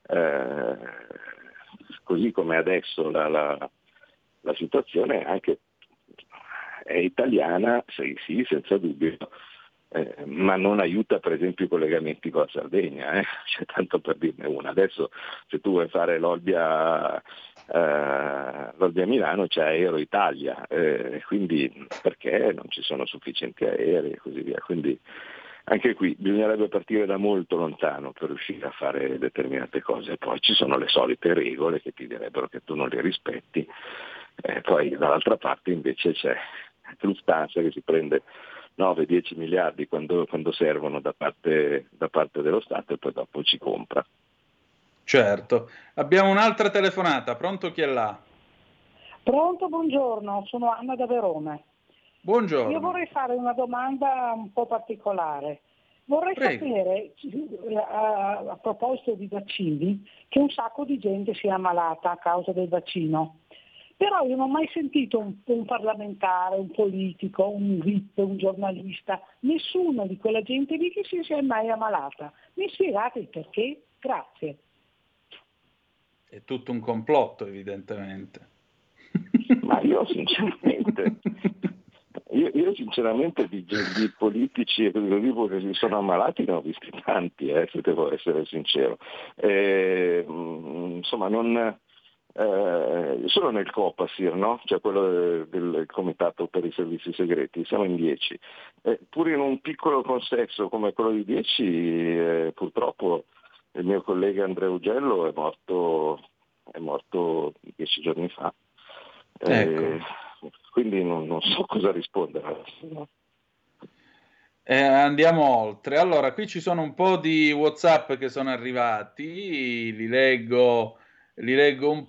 adesso la situazione anche è italiana, sì, senza dubbio, ma non aiuta per esempio i collegamenti con la Sardegna, cioè, tanto per dirne una. Adesso se tu vuoi fare l'Olbia Milano c'è Aero Italia, quindi perché non ci sono sufficienti aerei e così via. Quindi anche qui bisognerebbe partire da molto lontano per riuscire a fare determinate cose. Poi ci sono le solite regole che ti direbbero che tu non le rispetti, poi dall'altra parte invece c'è Lufthansa che si prende 9-10 miliardi quando servono da parte dello Stato e poi dopo ci compra. Certo. Abbiamo un'altra telefonata. Pronto, chi è là? Pronto, buongiorno, sono Anna da Verona. Buongiorno. Io vorrei fare una domanda un po' particolare. Vorrei sapere, a proposito di vaccini, che un sacco di gente si è ammalata a causa del vaccino. Però io non ho mai sentito un parlamentare, un politico, un VIP, un giornalista, nessuno di quella gente lì che si è mai ammalata. Mi spiegate il perché? Grazie. È tutto un complotto, evidentemente. Ma io sinceramente di politici e così che si sono ammalati ne ho visti tanti, se devo essere sincero. Insomma, solo nel Copasir, no? Cioè quello del Comitato per i Servizi Segreti, siamo in 10. Pur in un piccolo consesso come quello di 10, purtroppo il mio collega Andrea Ugello è morto 10 giorni fa. Ecco. Quindi non so cosa rispondere. Andiamo oltre. Allora, qui ci sono un po' di WhatsApp che sono arrivati, li leggo un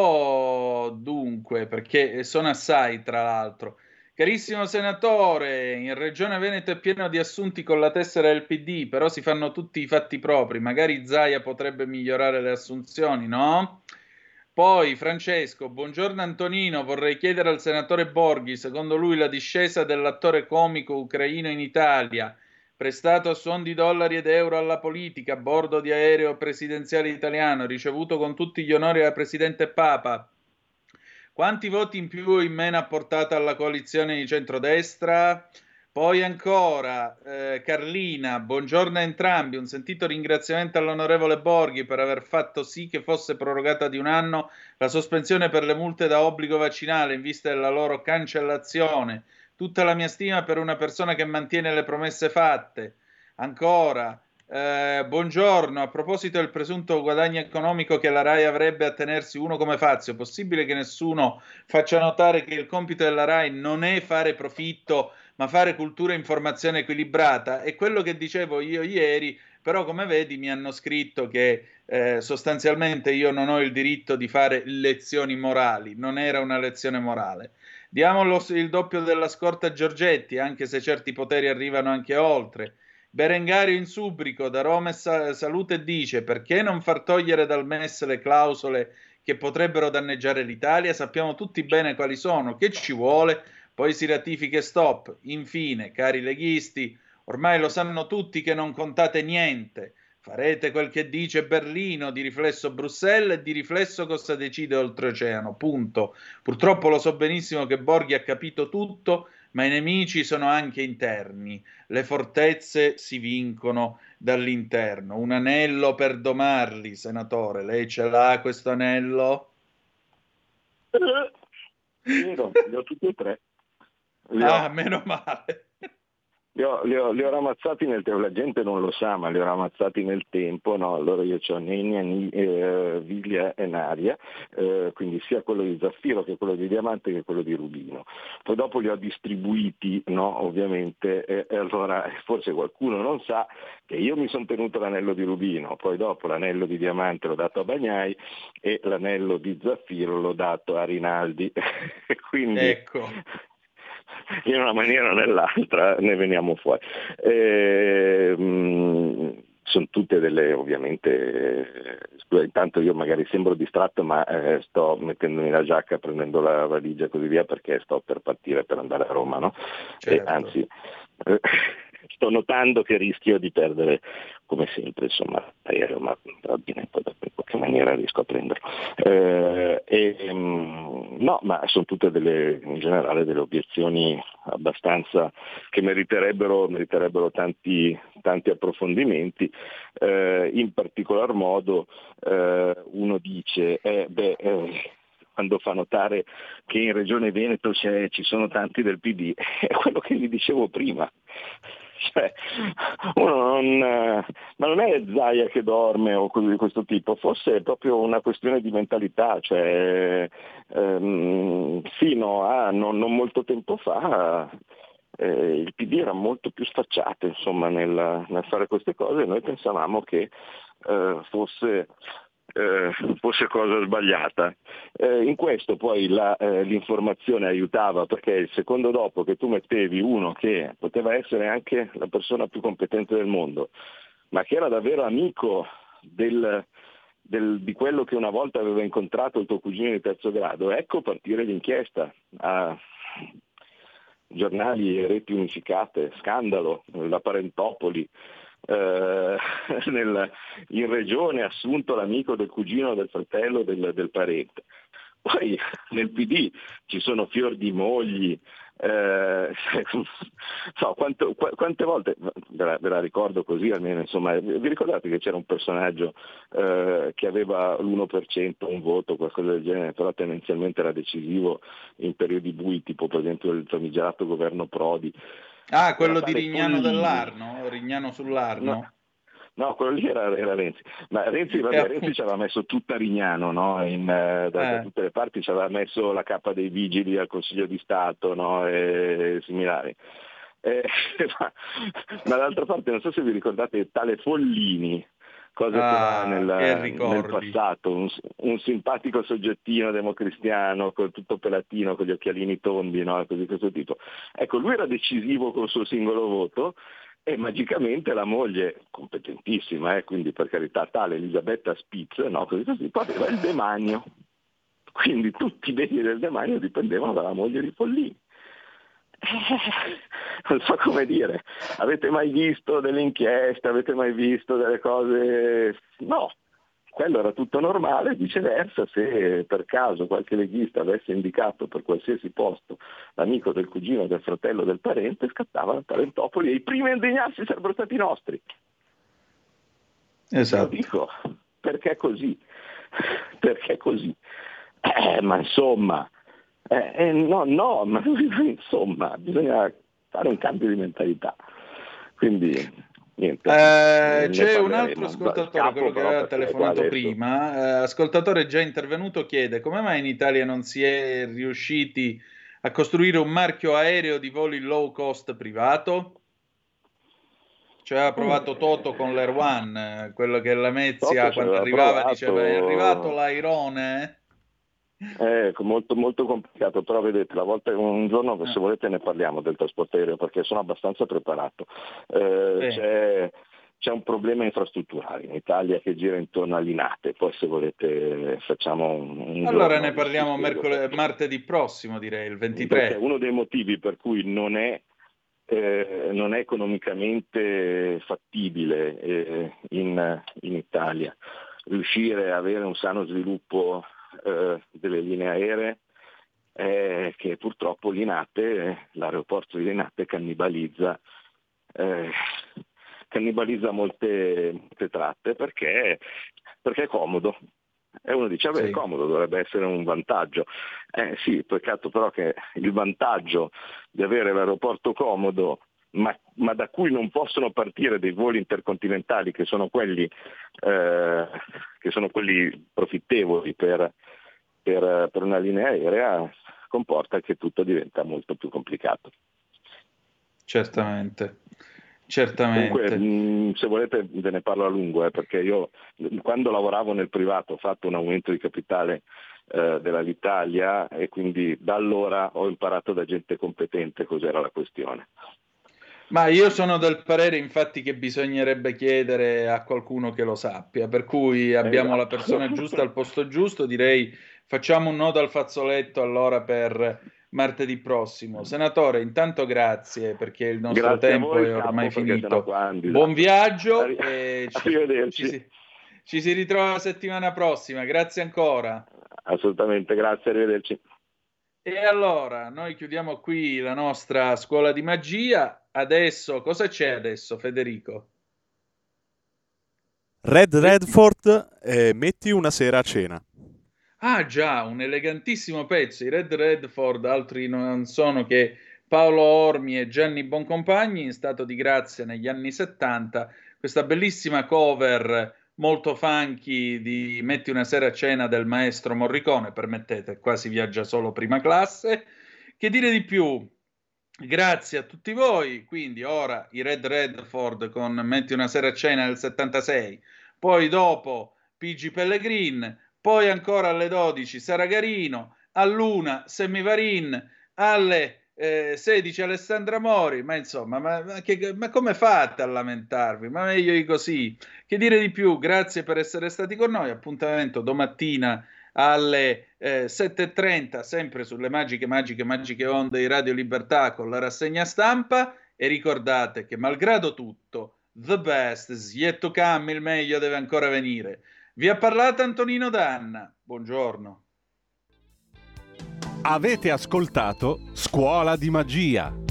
po', dunque, perché sono assai, tra l'altro. Carissimo senatore, in Regione Veneto è pieno di assunti con la tessera del PD, però si fanno tutti i fatti propri. Magari Zaia potrebbe migliorare le assunzioni, no? Poi Francesco, buongiorno Antonino, vorrei chiedere al senatore Borghi, secondo lui la discesa dell'attore comico ucraino in Italia, prestato a suon di dollari ed euro alla politica a bordo di aereo presidenziale italiano, ricevuto con tutti gli onori dal presidente Papa, quanti voti in più o in meno ha portato alla coalizione di centrodestra? Poi ancora, Carlina, buongiorno a entrambi, un sentito ringraziamento all'onorevole Borghi per aver fatto sì che fosse prorogata di un anno la sospensione per le multe da obbligo vaccinale in vista della loro cancellazione. Tutta la mia stima per una persona che mantiene le promesse fatte. Ancora, buongiorno, a proposito del presunto guadagno economico che la RAI avrebbe a tenersi uno come Fazio, è possibile che nessuno faccia notare che il compito della RAI non è fare profitto ma fare cultura e informazione equilibrata? È quello che dicevo io ieri, però come vedi mi hanno scritto che sostanzialmente io non ho il diritto di fare lezioni morali, non era una lezione morale. Diamo il doppio della scorta a Giorgetti, anche se certi poteri arrivano anche oltre. Berengario in Subrico da Roma e Salute dice: perché non far togliere dal MES le clausole che potrebbero danneggiare l'Italia? Sappiamo tutti bene quali sono, che ci vuole, poi si ratifica e stop. Infine, cari leghisti, ormai lo sanno tutti che non contate niente. Farete quel che dice Berlino, di riflesso Bruxelles e di riflesso cosa decide oltreoceano. Punto. Purtroppo lo so benissimo che Borghi ha capito tutto, ma i nemici sono anche interni. Le fortezze si vincono dall'interno. Un anello per domarli, senatore. Lei ce l'ha questo anello? Vero, li ho tutti e tre. Meno male. Li ho ramazzati nel tempo, la gente non lo sa, ma li ho ramazzati nel tempo, no? Allora io ho Nenia, Viglia e Naria, quindi sia quello di zaffiro che quello di diamante che quello di rubino. Poi dopo li ho distribuiti, no? Ovviamente, e allora forse qualcuno non sa che io mi sono tenuto l'anello di rubino, poi dopo l'anello di diamante l'ho dato a Bagnai e l'anello di zaffiro l'ho dato a Rinaldi. Quindi, ecco. In una maniera o nell'altra ne veniamo fuori. Sono tutte delle, ovviamente, intanto io magari sembro distratto, ma sto mettendomi la giacca, prendendo la valigia e così via, perché sto per partire per andare a Roma, no? Certo. E anzi, sto notando che rischio di perdere, come sempre, insomma, l'aereo, ma va bene, poi in qualche maniera riesco a prenderlo. No, ma sono tutte in generale delle obiezioni abbastanza che meriterebbero tanti approfondimenti. In particolar modo uno dice quando fa notare che in Regione Veneto ci sono tanti del PD, è quello che vi dicevo prima. Cioè, ma non è Zaia che dorme o cose di questo tipo, forse è proprio una questione di mentalità, cioè fino a non molto tempo fa il PD era molto più sfacciato, insomma, nel fare queste cose, e noi pensavamo che fosse cosa sbagliata. In questo poi l'informazione aiutava, perché il secondo dopo che tu mettevi uno che poteva essere anche la persona più competente del mondo, ma che era davvero amico di quello che una volta aveva incontrato il tuo cugino di terzo grado, ecco partire l'inchiesta a giornali e reti unificate, scandalo, la Parentopoli, in regione assunto l'amico del cugino, del fratello, del parente. Poi nel PD ci sono fior di mogli, So, quante volte, ve la ricordo così almeno, insomma, vi ricordate che c'era un personaggio che aveva l'1%, un voto, qualcosa del genere, però tendenzialmente era decisivo in periodi bui, tipo per esempio il famigerato governo Prodi. Ah, quello di Rignano dell'Arno? Rignano sull'Arno? No, quello lì era Renzi, ma Renzi ci aveva messo tutta Rignano, no? Da tutte le parti ci aveva messo la capa dei vigili al Consiglio di Stato, no? E similari. Ma d'altra parte non so se vi ricordate tale Follini, cosa che va nel passato, un simpatico soggettino democristiano, tutto pelatino, con gli occhialini tondi, no? Così questo tipo. Ecco, lui era decisivo col suo singolo voto, e magicamente la moglie, competentissima, quindi per carità tale Elisabetta Spitz, no, così poi aveva il demanio. Quindi tutti i beni del demanio dipendevano dalla moglie di Follini. Non so come dire, avete mai visto delle inchieste, avete mai visto delle cose? No, quello era tutto normale. Viceversa, se per caso qualche leghista avesse indicato per qualsiasi posto l'amico del cugino, del fratello, del parente, scattava la Parentopoli e i primi a indegnarsi sarebbero stati i nostri. Esatto. Lo dico, perché così? Perché così? Ma insomma, ma insomma, bisogna fare un cambio di mentalità. Quindi niente, c'è un altro ascoltatore, quello che aveva telefonato prima, ascoltatore già intervenuto, chiede come mai in Italia non si è riusciti a costruire un marchio aereo di voli low cost privato? Cioè ha provato Toto con l'Air One, quello che Lamezia quando arrivava diceva è arrivato l'Airone. Molto, molto complicato, però vedete, un giorno se volete ne parliamo del trasporto aereo, perché sono abbastanza preparato. C'è un problema infrastrutturale in Italia che gira intorno all'Inate, poi se volete facciamo un allora giorno, ne parliamo martedì prossimo, direi il 23. Perché uno dei motivi per cui non è economicamente fattibile in Italia riuscire a avere un sano sviluppo delle linee aeree che purtroppo l'aeroporto di Linate cannibalizza molte tratte perché è comodo. E uno dice, è comodo, dovrebbe essere un vantaggio. Sì, peccato però che il vantaggio di avere l'aeroporto comodo, ma da cui non possono partire dei voli intercontinentali che sono quelli profittevoli per una linea aerea, comporta che tutto diventa molto più complicato. Certamente. Comunque, se volete ve ne parlo a lungo, perché io quando lavoravo nel privato ho fatto un aumento di capitale dell'Alitalia e quindi da allora ho imparato da gente competente cos'era la questione. Ma io sono del parere infatti che bisognerebbe chiedere a qualcuno che lo sappia, per cui abbiamo la persona giusta al posto giusto, direi facciamo un nodo al fazzoletto allora per martedì prossimo. Senatore, intanto grazie perché il nostro tempo è ormai finito. Buon viaggio e arrivederci. Ci si ritrova la settimana prossima, grazie ancora. Assolutamente, grazie, arrivederci. E allora, noi chiudiamo qui la nostra scuola di magia. Adesso, cosa c'è adesso, Federico? Redford, metti una sera a cena. Ah già, un elegantissimo pezzo. I Redford, altri non sono che Paolo Ormi e Gianni Boncompagni, in stato di grazia negli anni 70. Questa bellissima cover molto funky di Metti una sera a cena del maestro Morricone, permettete, qua si viaggia solo prima classe. Che dire di più? Grazie a tutti voi, quindi ora i Redford con Metti una sera a cena del 76, poi dopo Pigi Pellegrin, poi ancora alle 12 Saragarino, all'1 Semivarin, alle 16 Alessandra Mori, ma insomma, ma come fate a lamentarvi? Ma meglio di così. Che dire di più? Grazie per essere stati con noi, appuntamento domattina alle 7:30, sempre sulle magiche onde di Radio Libertà con la rassegna stampa, e ricordate che malgrado tutto, the best is yet to come, il meglio deve ancora venire. Vi ha parlato Antonino Danna, buongiorno. Avete ascoltato Scuola di Magia.